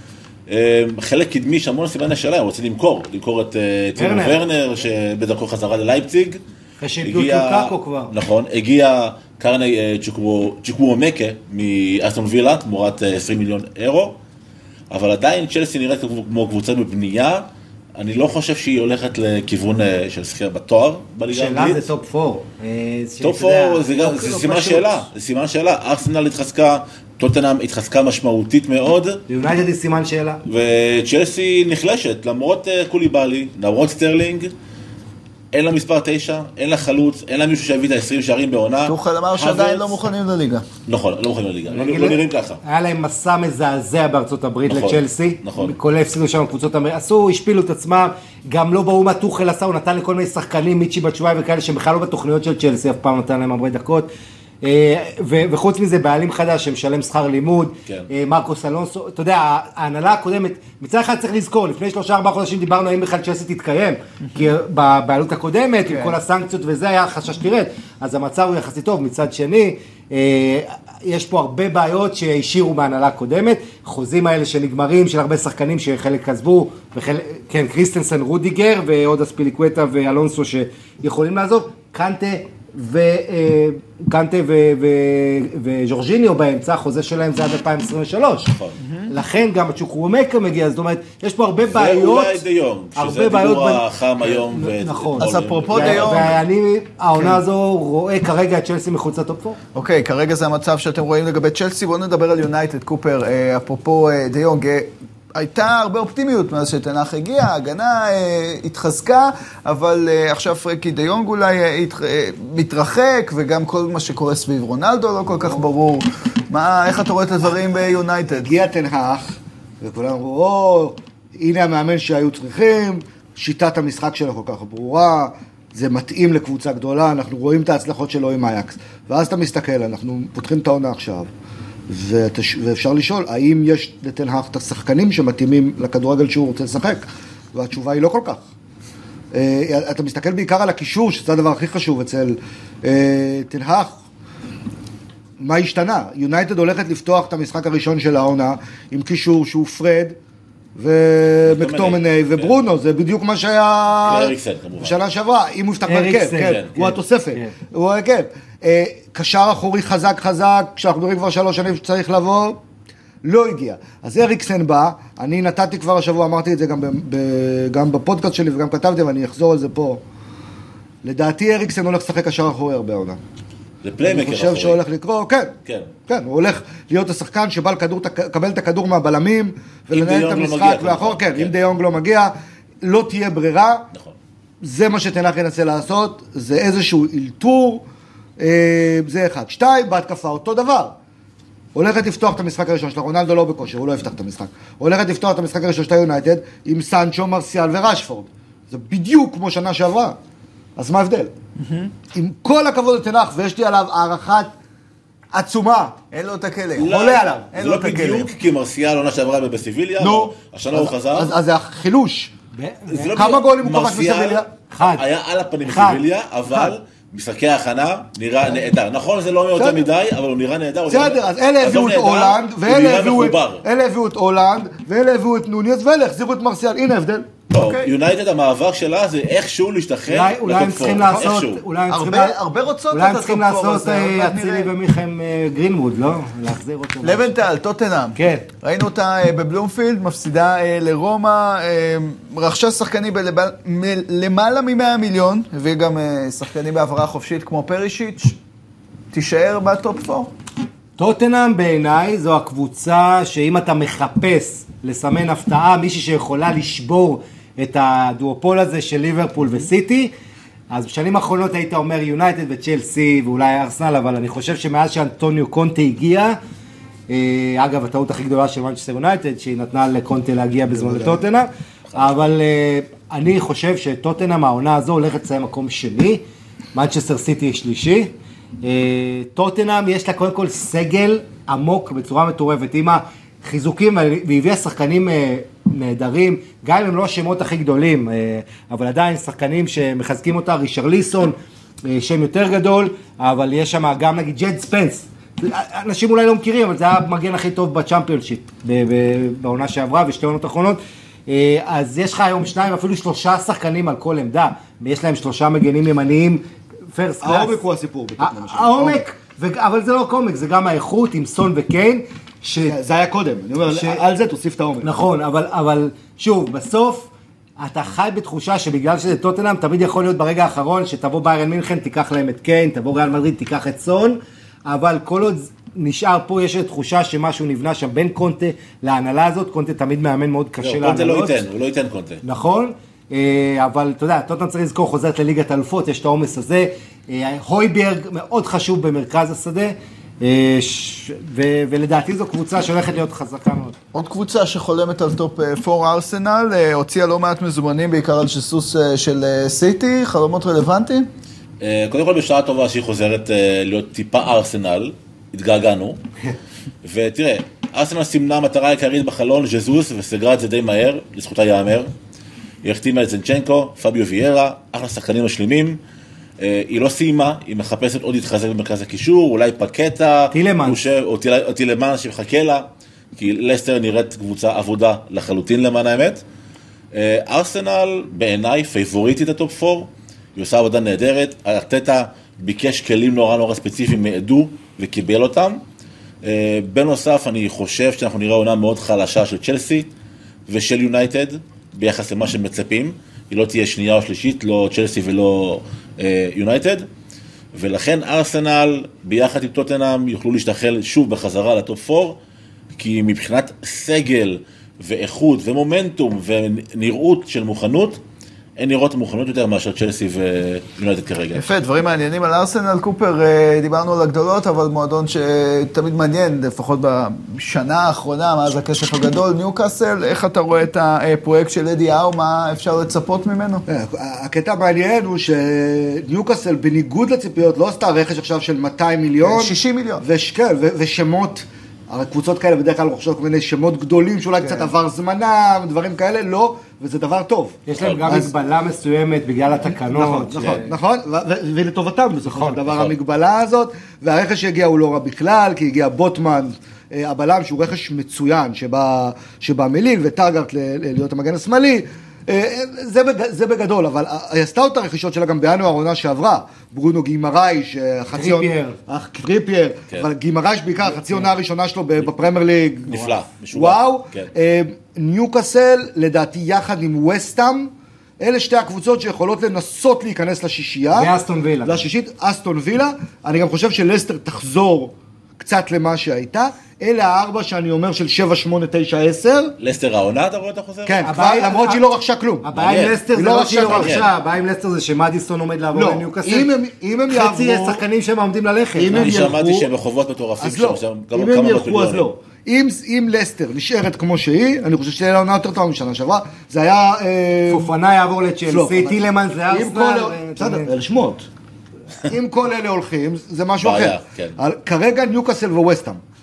חלק קדמי שהמון סימני שאלה, הם רוצים למכור, למכור את טימו ורנר, שבדרכו חזרה ללייפציג. אחרי שהביאו את לוקאקו כבר. נכון, הגיע קרני צ'יקוומקה מאסטון וילה, תמורת עשרים מיליון אירו, אבל עדיין צ'לסי נראית כמו קבוצה בבנייה, אני לא חושב שהיא הולכת לכיוון של שחייה בתואר בליגה האנגלית. שאלה זה טופ ארבע. טופ ארבע זה סימן שאלה, זה סימן שאלה. ארסנל התחזקה, טוטנהאם התחזקה משמעותית מאוד. יונייטד היא סימן שאלה. וצ'לסי נחלשת, למרות קוליבאלי, למרות סטרלינג, אין לה מספר תשע, אין לה חלוץ, אין לה מישהו שהביא את ה-עשרים שערים בעונה. תוכל אמר שעדיין לא מוכנים לליגה. נכון, לא מוכנים לליגה, לא נראים ככה. היה להם מסע מזעזע בארצות הברית נכון, לצ'לסי. נכון. כל הפסידו שם קבוצות אמריקה. עשו, השפילו את עצמם, גם לא ברור מה טוחל עשה, הוא נתן לכל מיני שחקנים, מיצ'י בצ'וואי וכאלה, שבכלל לא בתוכניות של צ'לסי, אף פעם נתן להם הרבה דקות. וחוץ מזה, בעלים חדש שמשלם שכר לימוד, מרקוס אלונסו, אתה יודע, ההנהלה הקודמת, מצד אחד צריך לזכור, לפני שלושה ארבעה חודשים דיברנו האם בכלל צ'לסי תתקיים, כי בבעלות הקודמת, עם כל הסנקציות וזה היה חשש תרד, אז המצב הוא יחסית טוב. מצד שני, יש פה הרבה בעיות שהשאירו מההנהלה הקודמת, חוזים האלה שנגמרים, של הרבה שחקנים שחלק עזבו, כן, קריסטנסן, רודיגר, ועוד אספיליקווטה ואלונסו שיכולים לעזוב, קנטה, וקנטה וז'ורג'יניו באמצע, החוזה שלהם זה עד אלפיים עשרים ושלוש. לכן גם צ'וקוומקה מגיע, זאת אומרת, יש פה הרבה בעיות. ואולי דה יונג, שזה דיבור החם היום. נכון. אז אפרופו דה יונג. ואני, העונה הזו רואה כרגע את צ'לסי מחוץ לטופ ארבע. אוקיי, כרגע זה המצב שאתם רואים לגבי צ'לסי. בואו נדבר על יונייטד, קופר. אפרופו דה יונג, הייתה הרבה אופטימיות מאז שתנח הגיע, ההגנה אה, התחזקה, אבל אה, עכשיו פרנקי דה יונג אולי אה, אה, מתרחק, וגם כל מה שקורה סביב רונלדו לא כל כך ברור. מה, איך אתה רואה את הדברים ביונייטד? הגיע תנח, וכולם אמרו, או, הנה המאמן שהיו צריכים, שיטת המשחק שלו כל כך ברורה, זה מתאים לקבוצה גדולה, אנחנו רואים את ההצלחות שלו עם אייקס. ואז אתה מסתכל, אנחנו פותחים את העונה עכשיו, ואפשר לשאול, האם יש לתנהך את השחקנים שמתאימים לכדורגל שהוא רוצה לשחק? והתשובה היא לא כל כך. אתה מסתכל בעיקר על הקישור, שזה הדבר הכי חשוב אצל תנהך. מה השתנה? יונייטד הולכת לפתוח את המשחק הראשון של העונה עם קישור שהוא פרד ומקטומני וברונו, זה בדיוק מה שהיה בשנה שעברה, אם הוא יפתח בהרכב, כן, הוא התוספת, הוא ההרכב. קשר אחורי חזק חזק, כשאנחנו מדברים כבר שלוש שנים שצריך לבוא, לא הגיע. אז אריקסן בא, אני נתתי כבר השבוע, אמרתי את זה גם, ב, גם בפודקאסט שלי וגם כתבתי, ואני אחזור על זה פה. לדעתי אריקסן הולך לשחק קשר אחורי הרבה עונה. זה פליימקר אחורי. אני חושב שהולך לקרוא, כן, כן. כן, הוא הולך להיות השחקן שבא לקבל את הכדור מהבלמים, ולנהל את המשחק לאחור, כן, אם דה יונג לא מגיע, לא תהיה ברירה. נכון. זה מה שתנח ינסה לעשות, זה איזשהו אילתור, זה אחד. שתיים, בהתקפה אותו דבר. הולכת לפתוח את המשחק הראשון שלה, רונלדו לא בכושר, הוא לא יפתח את המשחק. הולכת לפתוח את המשחק הראשון שלה יונייטד עם סנצ'ו, מרסיאל ורשפורד. זה בדיוק כמו שנה שעברה. אז מה ההבדל? עם כל הכבוד לתנח, ויש לי עליו הערכת עצומה. אין לו את הכלב. עולה עליו. זה לא בדיוק, כי מרסיאל עונה שעברה בסיביליה, השנה הוא חזר. אז זה החילוש. כמה גולים הוא כבש בסביליה? אחד. היה על הפנים בסביליה, אבל משחקי ההכנה נראה נהדר. נכון, זה לא יותר מדי, אבל הוא נראה נהדר. בסדר, אז אלה הביאו את הולנד, ואלה הביאו את הולנד, ואלה הביאו את נוניס, ואלה החזירו את מרסיאל. הנה ההבדל. יונייטד המאבק שלה זה איכשהו להשתחרר אולי הם צריכים לעשות, הרבה רוצות אולי הם צריכים לעשות אצילי ומיכם גרינווד, לא? להחזיר אותו. לבנטל, טוטנהאם. כן. ראינו אותה בבלומפילד, מפסידה לרומא, רכשה שחקנים למעלה מ-מאה מיליון, וגם שחקנים בעברה חופשית כמו פרישיץ', תישאר בטופ ארבע. טוטנהאם בעיניי זו הקבוצה שאם אתה מחפש לסמן הפתעה, מישהי שיכולה לשבור את הדואופול הזה של ליברפול וסיטי, אז בשנים האחרונות היית אומר יונייטד וצ'לסי ואולי ארסנל, אבל אני חושב שמאז שאנטוניו קונטה הגיע, אגב, הטעות הכי גדולה של מנצ'סטר יונייטד, שהיא נתנה לקונטה להגיע בזמן לטוטנהאם, אבל אני חושב שטוטנהאם העונה הזו הולכת לסיים מקום שני, מנצ'סטר סיטי שלישי, טוטנהאם יש לה קודם כל סגל עמוק בצורה מטורפת, עם החיזוקים, והביאה שחקנים נהדרים, גם אם הם לא השמות הכי גדולים, אבל עדיין שחקנים שמחזקים אותה, רישרליסון, שם יותר גדול, אבל יש שם גם נגיד ג'ד ספנס, אנשים אולי לא מכירים, אבל זה היה המגן הכי טוב בצ'אמפיונשיפ, בעונה שעברה ושתי עונות האחרונות, אז יש לך היום שניים, אפילו שלושה שחקנים על כל עמדה, ויש להם שלושה מגנים ימניים, פרסט קלאס. העומק הוא הסיפור. העומק, אבל זה לא קומק, זה גם האיכות עם סון וקיין. זה היה קודם, אני אומר, על זה תוסיף את העומק. נכון, אבל שוב, בסוף, אתה חי בתחושה שבגלל שזה טוטנהאם, תמיד יכול להיות ברגע האחרון, שתבוא ביירן מינכן, תיקח להם את קיין, תבוא ריאל מדריד, תיקח את סון, אבל כל עוד נשאר פה, יש תחושה שמשהו נבנה שם בין קונטה להנהלה הזאת, קונטה תמיד מאמן מאוד קשה להנהלות. קונטה לא ייתן, הוא לא ייתן קונטה. נכון. אבל אתה יודע, טוטנהאם צריך לזכור, חוזרת לליגת האלופות, יש את העומס הזה, הויברג מאוד חשוב במרכז השדה, ולדעתי זו קבוצה שהולכת להיות חזקה מאוד. עוד קבוצה שחולמת על טופ ארבע ארסנל, הוציאה לא מעט מזומנים, בעיקר על שסוס של סיטי, חלומות רלוונטיים? קודם כל בשעה טובה שהיא חוזרת להיות טיפה ארסנל, התגעגענו, ותראה, ארסנל סימנה מטרה העיקרית בחלון, ז'זוס, וסגרה את זה די מהר, לזכותה יאמר. היא החתימה את זנצ'נקו, פביו ויירה, אחלה שחקנים משלימים, היא לא סיימה, היא מחפשת עוד להתחזק במרכז הקישור, אולי פקטה, טילמנס, או טילמנס שמחכה לה, כי לסטר נראית קבוצה עבודה לחלוטין למען האמת. ארסנל בעיניי פייבוריטית הטופ ארבע, היא עושה עבודה נהדרת, ארטטה ביקש כלים נורא נורא ספציפיים מעדו וקיבל אותם. בנוסף אני חושב שאנחנו נראה עונה מאוד חלשה של צ'לסי ושל יונייטד, ביחס למה שמצפים, היא לא תהיה שנייה או שלישית, לא צ'לסי ולא יונייטד, ולכן ארסנל ביחד עם טוטנהאם יוכלו להשתחל שוב בחזרה לטופ ארבע, כי מבחינת סגל ואיכות ומומנטום ונראות של מוכנות, אין נראות מוכנות יותר מאשר צ'לסי ויונייטד כרגע. יפה, דברים מעניינים על ארסנל. קופר, דיברנו על הגדולות, אבל מועדון שתמיד מעניין, לפחות בשנה האחרונה, מאז הכסף הגדול, ניוקאסל, איך אתה רואה את הפרויקט של אדי האו, מה אפשר לצפות ממנו? הקטע המעניין הוא שניוקאסל, בניגוד לציפיות, לא עשתה רכש עכשיו של מאתיים מיליון. שישים מיליון. ושמות, הרי קבוצות כאלה בדרך כלל רוכשות כל מיני שמות גדולים, שאולי קצת עבר זמנם, דברים כאלה, לא, וזה דבר טוב. יש להם גם מגבלה מסוימת בגלל התקנות. נכון, נכון, ולטובתם בסופו של דבר המגבלה הזאת, והרכש שהגיע הוא לא רע בכלל, כי הגיע בוטמן, הבלם שהוא רכש מצוין, שבא מליל וטארגרט להיות המגן השמאלי, זה, בג... זה בגדול, אבל היא עשתה אותה רכישות שלה גם בינואר העונה שעברה, ברונו גימרייש, טריפייר, טריפייר, כן. אבל גימרייש בעיקר, חצי עונה הראשונה שלו בפרמייר ליג, נפלא, משוגע. וואו, כן. ניוקאסל לדעתי יחד עם וסטהאם, אלה שתי הקבוצות שיכולות לנסות להיכנס לשישייה, ואסטון וילה, לשישית, אסטון וילה, אני גם חושב שלסטר תחזור קצת למה שהייתה, אלה הארבע שאני אומר של שבע, שמונה, תשע, עשר. לסטר העונה, אתה רואה את החוזר? כן, למרות שהיא לא רכשה כלום. הבעיה עם לסטר זה לא שהיא לא רכשה, הבעיה עם לסטר זה שמדיסון עומד לעבור לניוקאסל. אם הם יעברו... חצי שחקנים שהם עומדים ללכת. אני שמעתי שהם בחובות מטורפים. אז לא, אם הם ילכו אז לא. אם לסטר נשארת כמו שהיא, אני חושב שזה עונה יותר טובה משנה שעברה, זה היה... פופנה יעבור לצ'לסי, טילמנס לארסנל. בסדר, אלה שמות. אם כל אלה הולכים, זה משהו אחר. כרגע ניוקאסל וווסטהאם.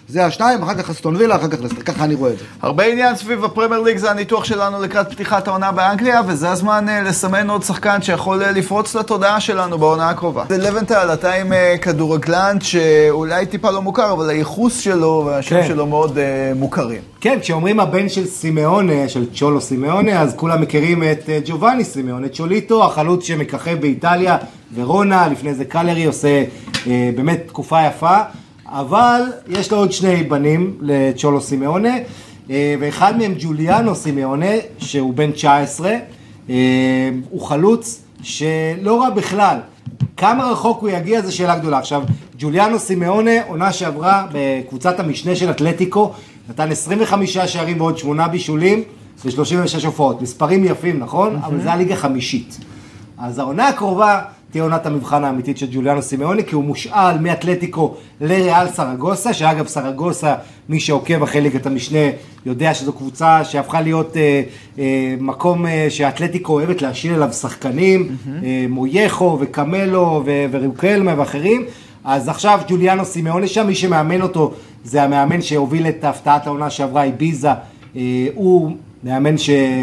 זה השתיים, אחר כך אסטון וילה, אחר כך לסטר, ככה אני רואה את זה. הרבה עניין סביב הפרמייר ליג, זה הניתוח שלנו לקראת פתיחת העונה באנגליה, וזה הזמן לסמן עוד שחקן שיכול לפרוץ לתודעה שלנו בעונה הקרובה. זה לבנטל, אתה עם כדורגלן שאולי טיפה לא מוכר, אבל הייחוס שלו והשם שלו מאוד מוכרים. כן, כשאומרים הבן של סימאונה, של צ'ולו סימאונה, אז כולם מכירים את ג'ובאני סימאונה, צ'וליטו, החלוץ שמככב באיטליה, ורונה, לפני זה קלרי עושה אה, באמת תקופה יפה, אבל יש לו עוד שני בנים לצ'ולו סימאונה, אה, ואחד מהם ג'וליאנו סימאונה, שהוא בן תשע עשרה, אה, הוא חלוץ שלא רע בכלל. כמה רחוק הוא יגיע זה שאלה גדולה. עכשיו, ג'וליאנו סימאונה, עונה שעברה בקבוצת המשנה של אתלטיקו, נתן עשרים וחמישה שערים ועוד שמונה בישולים ו-שלושים ושש הופעות. מספרים יפים, נכון? Mm-hmm. אבל זה הליגה חמישית. אז העונה הקרובה תהיה עונת המבחן האמיתית של ג'וליאנו סימאונה, כי הוא מושאל מאתלטיקו לריאל סרגוסה, שאגב סרגוסה, מי שעוקב אחרי ליגת המשנה, יודע שזו קבוצה שהפכה להיות אה, אה, מקום אה, שהאתלטיקו אוהבת להשאיל אליו שחקנים, mm-hmm. אה, מויחו וקמלו ו- ורוקלמה ואחרים. אז עכשיו ג'וליאנו סימאונה שם, מי שמאמן אותו זה המאמן שהוביל את הפתעת העונה שעברה, איביזה, אה, הוא מאמן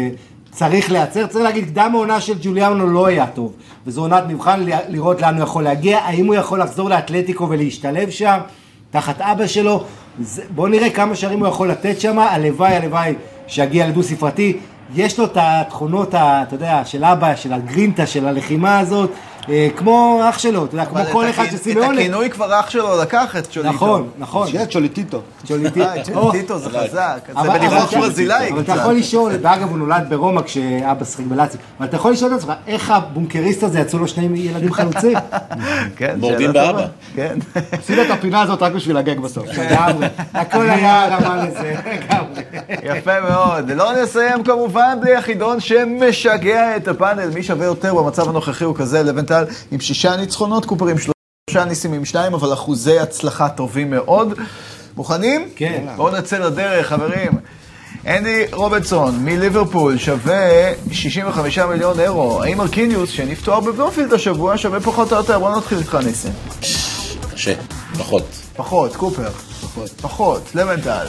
שצריך לייצר, צריך להגיד, קדם העונה של ג'וליאנו לא היה טוב, וזו עונת מבחן לראות לאן הוא יכול להגיע, האם הוא יכול לחזור לאתלטיקו ולהשתלב שם, תחת אבא שלו, בואו נראה כמה שערים הוא יכול לתת שם, הלוואי, הלוואי שיגיע לדו ספרתי, יש לו את התכונות, אתה יודע, של אבא, של הגרינטה, של הלחימה הזאת, כמו אח שלו, אתה יודע, כמו כל אחד שסימאונה. את הכינוי כבר אח שלו לקח את צ'וליטו. נכון, נכון. שיהיה צ'וליטיטו. צ'וליטיטו זה חזק, זה בניחוח ברזילאי. אבל אתה יכול לשאול, ואגב הוא נולד ברומא כשאבא שחק בלאציו, אבל אתה יכול לשאול את עצמך, איך הבונקריסט הזה יצאו לו שני ילדים חלוצים? מורדים באבא. כן. עשינו את הפינה הזאת רק בשביל הגג בסוף. לגמרי, הכל היה רמה לזה, לגמרי. יפה מאוד. לא נסיים כמובן בלי החידון שמשגע את הפאנל. מי שווה יותר במצב הנוכחי הוא כזה, לבנטל עם שישה ניצחונות, קופר עם שלושה, ניסים עם שניים, אבל אחוזי הצלחה טובים מאוד. מוכנים? כן. בואו נצא לדרך, חברים. אנדי רוברטסון מליברפול שווה שישים וחמישה מיליון אירו. האם מרקיניוס שנפתוח בבלומפילד השבוע שווה פחות או יותר? בואו נתחיל איתך ניסים. קשה, פחות. פחות, קופר. פחות. פחות, לבנטל.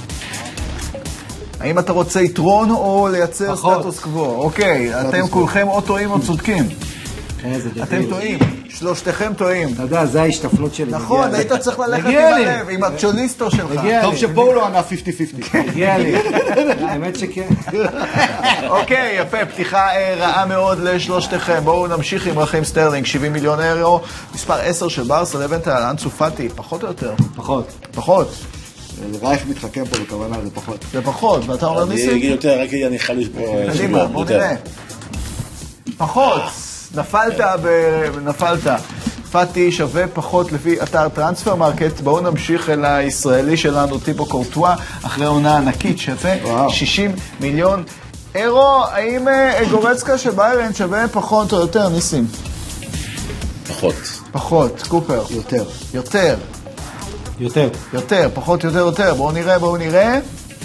האם אתה רוצה יתרון או לייצר סטטוס קוו? אוקיי, אתם כולכם או טועים או צודקים. אתם טועים, שלושתכם טועים. אתה יודע, זה ההשתפנות שלי. נכון, היית צריך ללכת עם הלב, עם הצ'וליסטו שלך. טוב שפה הוא לא ענה חמישים חמישים. הגיע לי. האמת שכן. אוקיי, יפה, פתיחה רעה מאוד לשלושתכם. בואו נמשיך עם רחים סטרלינג, שבעים מיליון אירו. מספר עשר של ברסה, לבנטל, אנסו פאטי, פחות או יותר? פחות. פחות. רייך מתחכם פה בכוונה, זה פחות. זה פחות, ואתה אומר ניסים? אני אגיד יותר, רק אני חליש פה. קדימה, בואו נראה. פחות. נפלת, ב... נפלת. פאטי שווה פחות לפי אתר טרנספר מרקט. בואו נמשיך אל הישראלי שלנו, טיבו קורטואה, אחרי עונה ענקית שווה וואו. שישים מיליון אירו. האם גורצקה שביירן שווה פחות או יותר, ניסים? פחות. פחות, קופר. יותר. יותר. יותר. יותר, פחות, יותר, יותר. בואו נראה, בואו נראה.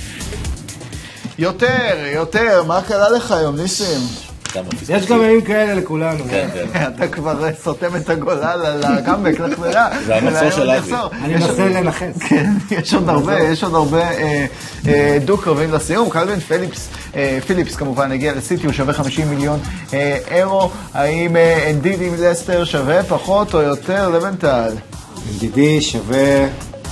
יותר, יותר. מה קרה לך היום, ניסים? יש גם ימים כאלה לכולנו. כן, כן. אתה כבר סותם את הגולל על הקאמבק, לך נראה. זה המצור של אבי. אני מנסה לנחס. כן, יש עוד הרבה, יש עוד הרבה דו קרבים לסיום. קלווין פיליפס, פיליפס כמובן הגיע לסיטי, הוא שווה חמישים מיליון אירו. האם אנדידי מלסטר שווה פחות או יותר, לבנטל? אנדידי שווה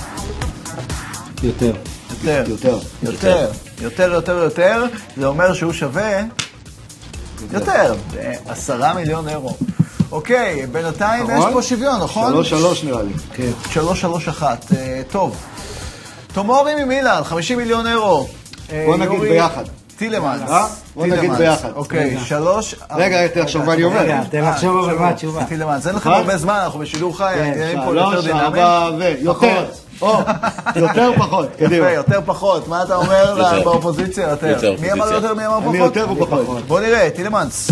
יותר. יותר. יותר. יותר. יותר, יותר, יותר. זה אומר שהוא שווה יותר, עשרה מיליון אירו. אוקיי, בינתיים יש פה שוויון, נכון? שלוש שלוש נראה לי. כן. שלוש שלוש אחת. טוב. תומורי ממילאן, חמישים מיליון אירו. בוא נגיד ביחד. טילמנס. בוא נגיד ביחד. אוקיי, שלוש... רגע, תחשוב מה אני אומר. רגע, תן לחשוב אבל מה התשובה. טילמנס, אין לכם הרבה זמן, אנחנו בשידור חי, נראים פה יותר שלוש, ארבע ו... יותר. יותר פחות, קדימה. יפה, יותר פחות. מה אתה אומר באופוזיציה? יותר. מי אמר יותר, מי אמר פחות? אני יותר ופחות. בוא נראה, טילמנס.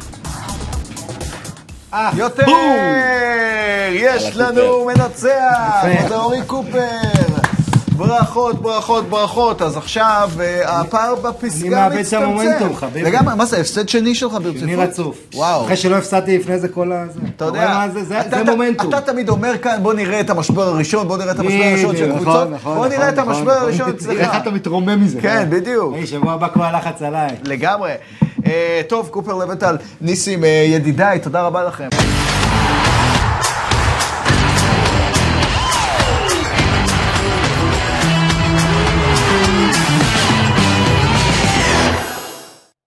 יותר! יש לנו מנצח! זה אורי קופר! ברכות, ברכות, ברכות. אז עכשיו הפער בפסגה מצטמצם. אני מאבד שם מומנטום, חביבי. לגמרי, מה זה, הפסד שני שלך ברציפות? שני רצוף. וואו. אחרי שלא הפסדתי לפני זה כל הזה. אתה יודע, זה מומנטום. אתה תמיד אומר כאן, בוא נראה את המשבר הראשון, בוא נראה את המשבר הראשון של קבוצות, בוא נראה את המשבר הראשון אצלך. איך אתה מתרומם מזה? כן, בדיוק. היי, שבוע הבא כבר לחץ עליי. לגמרי. טוב, קופר לבטל, ניסים, ידידיי, תודה רבה לכם.